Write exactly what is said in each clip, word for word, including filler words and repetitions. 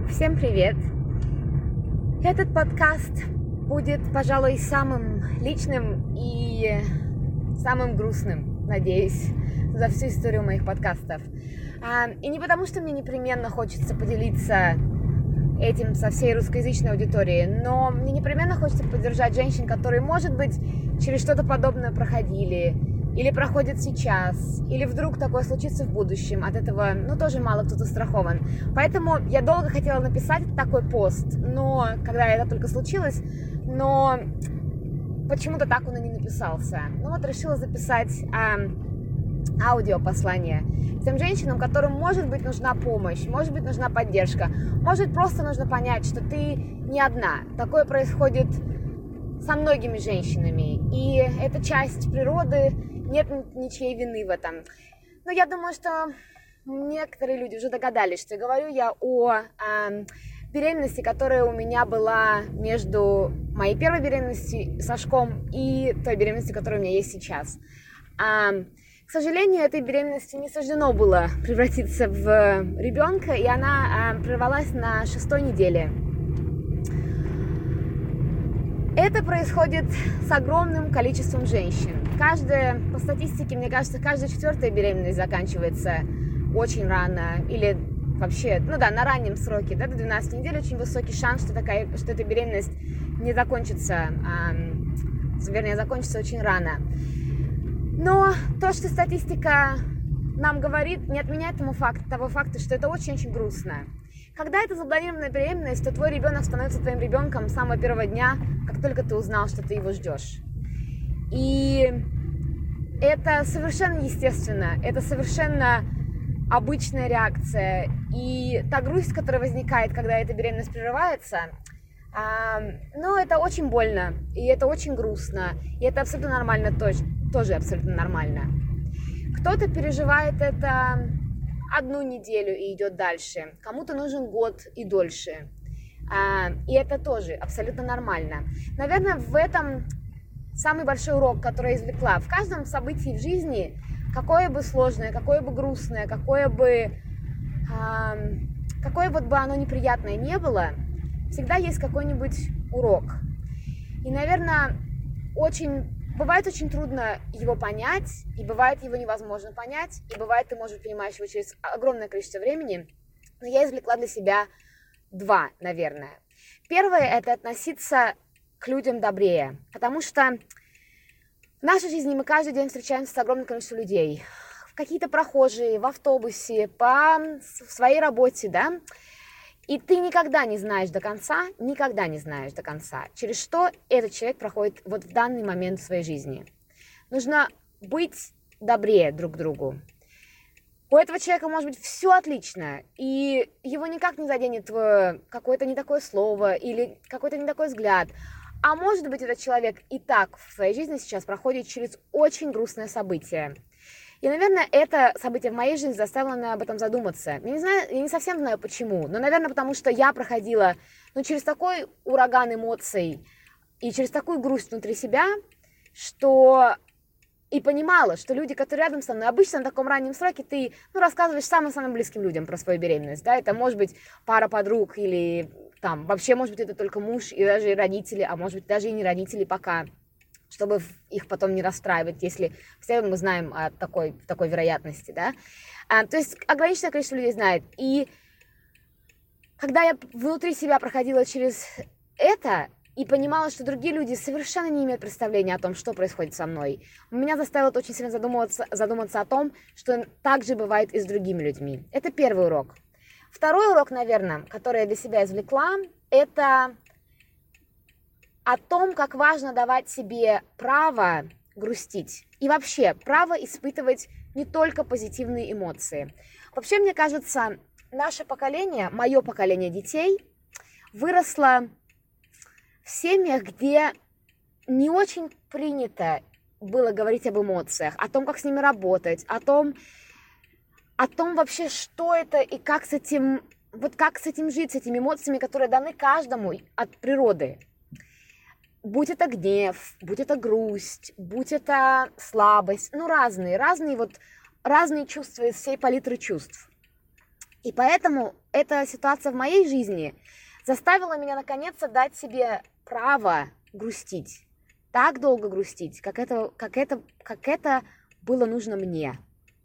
Всем привет! Этот подкаст будет, пожалуй, самым личным и самым грустным, надеюсь, за всю историю моих подкастов. И не потому, что мне непременно хочется поделиться этим со всей русскоязычной аудиторией, но мне непременно хочется поддержать женщин, которые, может быть, через что-то подобное проходили, или проходят сейчас, или вдруг такое случится в будущем. От этого, ну, тоже мало кто застрахован. Поэтому я долго хотела написать такой пост, но когда это только случилось, но почему-то так он и не написался. Ну вот решила записать э, аудиопослание тем женщинам, которым, может быть, нужна помощь, может быть, нужна поддержка, может, просто нужно понять, что ты не одна. Такое происходит со многими женщинами, и это часть природы, нет ничьей вины в этом. Но я думаю, что некоторые люди уже догадались, что говорю я о э, беременности, которая у меня была между моей первой беременностью Сашком и той беременностью, которая у меня есть сейчас. Э, к сожалению, этой беременности не суждено было превратиться в ребенка, и она э, прервалась на шестой неделе. Это происходит с огромным количеством женщин. Каждая, по статистике, мне кажется, каждая четвертая беременность заканчивается очень рано или вообще, ну да, на раннем сроке, да, до двенадцати недель очень высокий шанс, что, такая, что эта беременность не закончится, а, вернее, закончится очень рано. Но то, что статистика нам говорит, не отменяет тому факт, того факта, что это очень-очень грустно. Когда это запланированная беременность, то твой ребенок становится твоим ребенком с самого первого дня, как только ты узнал, что ты его ждешь. И это совершенно естественно, это совершенно обычная реакция. И та грусть, которая возникает, когда эта беременность прерывается, э, ну, это очень больно, и это очень грустно, и это абсолютно нормально, тоже, тоже абсолютно нормально. Кто-то переживает это одну неделю и идет дальше, кому-то нужен год и дольше. И это тоже абсолютно нормально. Наверное, в этом самый большой урок, который я извлекла. В каждом событии в жизни, какое бы сложное, какое бы грустное, какое бы, какое вот бы оно неприятное не было, всегда есть какой-нибудь урок. И, наверное, очень... Бывает очень трудно его понять, и бывает его невозможно понять, и бывает ты, может, понимаешь его через огромное количество времени. Но я извлекла для себя два, наверное. Первое – это относиться к людям добрее, потому что в нашей жизни мы каждый день встречаемся с огромным количеством людей. Какие-то прохожие, в автобусе, по своей работе, да? И ты никогда не знаешь до конца, никогда не знаешь до конца, через что этот человек проходит вот в данный момент в своей жизни. Нужно быть добрее друг к другу. У этого человека может быть все отлично, и его никак не заденет твое какое-то не такое слово или какой-то не такой взгляд. А может быть, этот человек и так в своей жизни сейчас проходит через очень грустное событие. И, наверное, это событие в моей жизни заставило меня об этом задуматься. Я не знаю, я не совсем знаю почему, но, наверное, потому что я проходила ну, через такой ураган эмоций и через такую грусть внутри себя, что и понимала, что люди, которые рядом со мной, обычно на таком раннем сроке ты ну, рассказываешь самым-самым близким людям про свою беременность. Да? Это может быть пара подруг или там вообще, может быть, это только муж и даже родители, а может быть, даже и не родители пока, чтобы их потом не расстраивать, если все мы знаем о такой, такой вероятности, да. А, то есть ограниченное количество людей знает. И когда я внутри себя проходила через это и понимала, что другие люди совершенно не имеют представления о том, что происходит со мной, меня заставило это очень сильно задумываться, задуматься о том, что так же бывает и с другими людьми. Это первый урок. Второй урок, наверное, который я для себя извлекла, это о том, как важно давать себе право грустить. И вообще, право испытывать не только позитивные эмоции. Вообще, мне кажется, наше поколение, мое поколение детей, выросло в семьях, где не очень принято было говорить об эмоциях, о том, как с ними работать, о том, о том вообще, что это и как с этим, вот как с этим жить, с этими эмоциями, которые даны каждому от природы. Будь это гнев, будь это грусть, будь это слабость, ну разные, разные вот, разные чувства из всей палитры чувств. И поэтому эта ситуация в моей жизни заставила меня наконец-то дать себе право грустить. Так долго грустить, как это, как это, как это было нужно мне.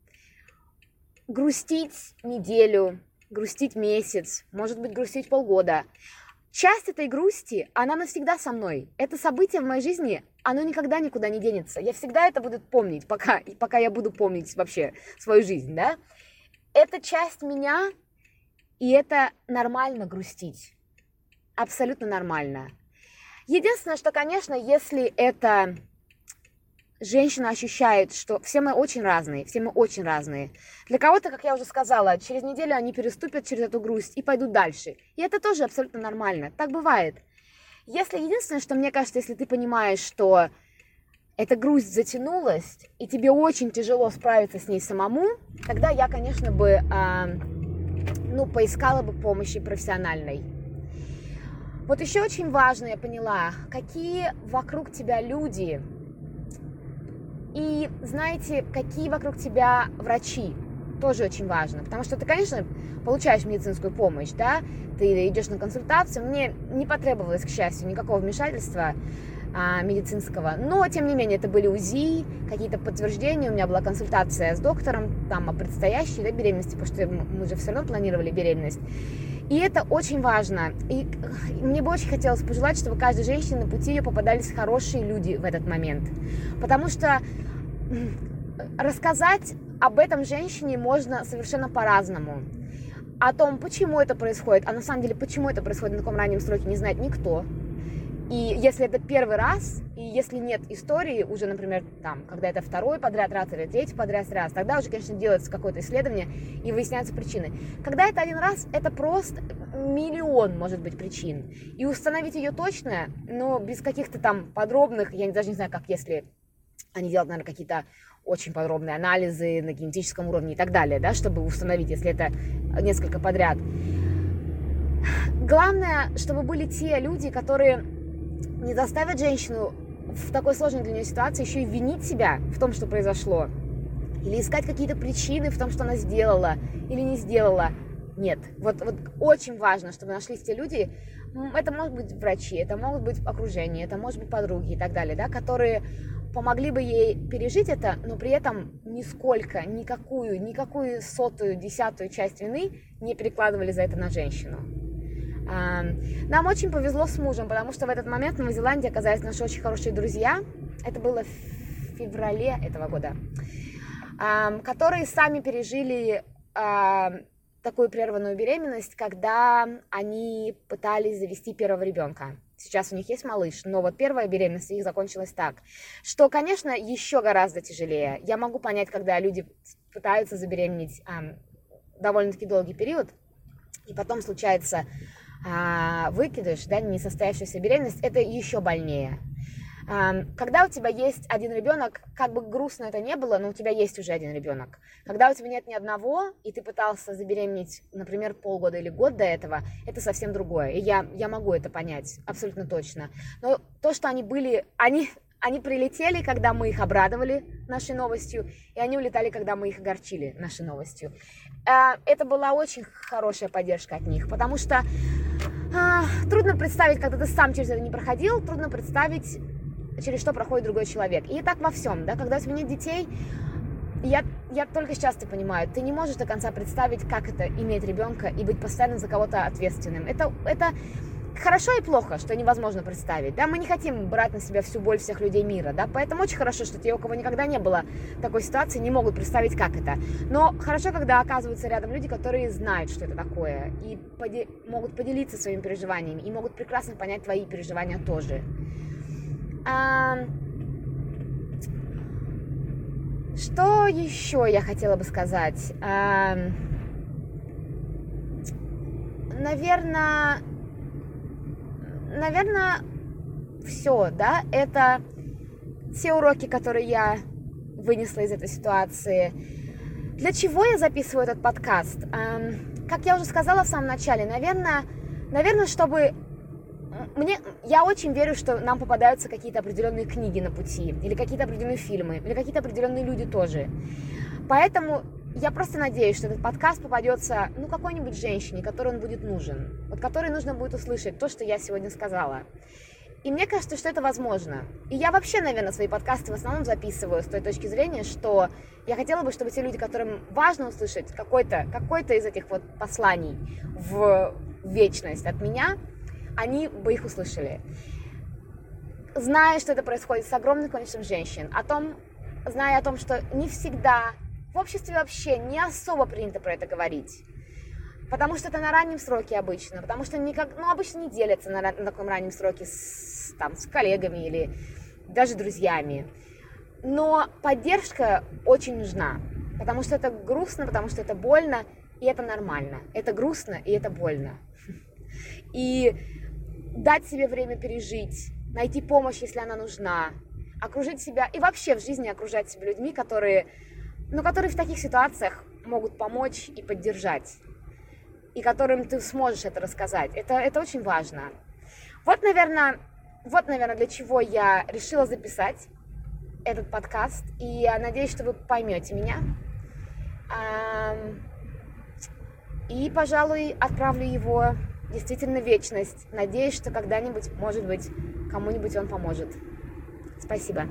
Грустить неделю, грустить месяц, может быть, грустить полгода. Часть этой грусти, она навсегда со мной. Это событие в моей жизни, оно никогда никуда не денется. Я всегда это буду помнить, пока, пока я буду помнить вообще свою жизнь, да. Это часть меня, и это нормально грустить. Абсолютно нормально. Единственное, что, конечно, если это женщина ощущает, что все мы очень разные, все мы очень разные. Для кого-то, как я уже сказала, через неделю они переступят через эту грусть и пойдут дальше. И это тоже абсолютно нормально. Так бывает. Если единственное, что мне кажется, если ты понимаешь, что эта грусть затянулась, и тебе очень тяжело справиться с ней самому, тогда я, конечно, бы, э, ну, поискала бы помощи профессиональной. Вот еще очень важно, я поняла, какие вокруг тебя люди. И знаете, какие вокруг тебя врачи, тоже очень важно, потому что ты, конечно, получаешь медицинскую помощь, да, ты идешь на консультацию, мне не потребовалось, к счастью, никакого вмешательства а, медицинского, но, тем не менее, это были УЗИ, какие-то подтверждения, у меня была консультация с доктором, там, о предстоящей, да, беременности, потому что мы же все равно планировали беременность. И это очень важно. И мне бы очень хотелось пожелать, чтобы каждой женщине на пути ее попадались хорошие люди в этот момент. Потому что рассказать об этом женщине можно совершенно по-разному. О том, почему это происходит, а на самом деле, почему это происходит на таком раннем сроке, не знает никто. И если это первый раз, и если нет истории уже, например, там, когда это второй подряд раз или третий подряд раз, тогда уже, конечно, делается какое-то исследование и выясняются причины. Когда это один раз, это просто миллион, может быть, причин. И установить ее точно, но без каких-то там подробных, я даже не знаю, как если они делают, наверное, какие-то очень подробные анализы на генетическом уровне и так далее, да, чтобы установить, если это несколько подряд. Главное, чтобы были те люди, которые не заставят женщину в такой сложной для нее ситуации еще и винить себя в том, что произошло. Или искать какие-то причины в том, что она сделала или не сделала. Нет. Вот, вот очень важно, чтобы нашлись те люди, это могут быть врачи, это могут быть окружение, это может быть подруги и так далее, да, которые помогли бы ей пережить это, но при этом нисколько, никакую, никакую сотую, десятую часть вины не перекладывали за это на женщину. Нам очень повезло с мужем, потому что в этот момент в Новой Зеландии оказались наши очень хорошие друзья. Это было в феврале этого года, которые сами пережили такую прерванную беременность, когда они пытались завести первого ребенка. Сейчас у них есть малыш, но вот первая беременность у них закончилась так, что, конечно, еще гораздо тяжелее. Я могу понять, когда люди пытаются забеременеть довольно-таки долгий период, и потом случается а, выкидыш, да, несостоявшаяся беременность, это еще больнее. А, когда у тебя есть один ребенок, как бы грустно это не было, но у тебя есть уже один ребенок. Когда у тебя нет ни одного, и ты пытался забеременеть, например, полгода или год до этого, это совсем другое. И я, я могу это понять, абсолютно точно. Но то, что они были, они... Они прилетели, когда мы их обрадовали нашей новостью, и они улетали, когда мы их огорчили нашей новостью. Это была очень хорошая поддержка от них, потому что трудно представить, когда ты сам через это не проходил, трудно представить, через что проходит другой человек. И так во всем, да, когда у тебя нет детей, я, я только сейчас это понимаю, ты не можешь до конца представить, как это иметь ребенка и быть постоянно за кого-то ответственным. Это... это хорошо и плохо, что невозможно представить, да, мы не хотим брать на себя всю боль всех людей мира, да, поэтому очень хорошо, что те, у кого никогда не было такой ситуации, не могут представить, как это, но хорошо, когда оказываются рядом люди, которые знают, что это такое, и поде- могут поделиться своими переживаниями, и могут прекрасно понять твои переживания тоже. А... Что еще я хотела бы сказать? А... Наверное... Наверное, все, да, это те уроки, которые я вынесла из этой ситуации. Для чего я записываю этот подкаст? Эм, как я уже сказала в самом начале, наверное, наверное, чтобы... Мне, я очень верю, что нам попадаются какие-то определенные книги на пути, или какие-то определенные фильмы, или какие-то определенные люди тоже. Поэтому я просто надеюсь, что этот подкаст попадется, ну, какой-нибудь женщине, которой он будет нужен, вот которой нужно будет услышать то, что я сегодня сказала. И мне кажется, что это возможно. И я вообще, наверное, свои подкасты в основном записываю с той точки зрения, что я хотела бы, чтобы те люди, которым важно услышать какой-то, какой-то из этих вот посланий в вечность от меня, они бы их услышали. Зная, что это происходит с огромным количеством женщин, о том, зная о том, что не всегда, в обществе вообще не особо принято про это говорить. Потому что это на раннем сроке обычно, потому что никак, ну, обычно не делятся на, на таком раннем сроке с, там, с коллегами или даже друзьями. Но поддержка очень нужна, потому что это грустно, потому что это больно, и это нормально. Это грустно, и это больно. И дать себе время пережить, найти помощь, если она нужна, окружить себя, и вообще в жизни окружать себя людьми, которые, ну, которые в таких ситуациях могут помочь и поддержать, и которым ты сможешь это рассказать. Это, это очень важно. Вот, наверное, вот, наверное, для чего я решила записать этот подкаст. И я надеюсь, что вы поймете меня. И, пожалуй, отправлю его действительно в вечность. Надеюсь, что когда-нибудь, может быть, кому-нибудь он поможет. Спасибо.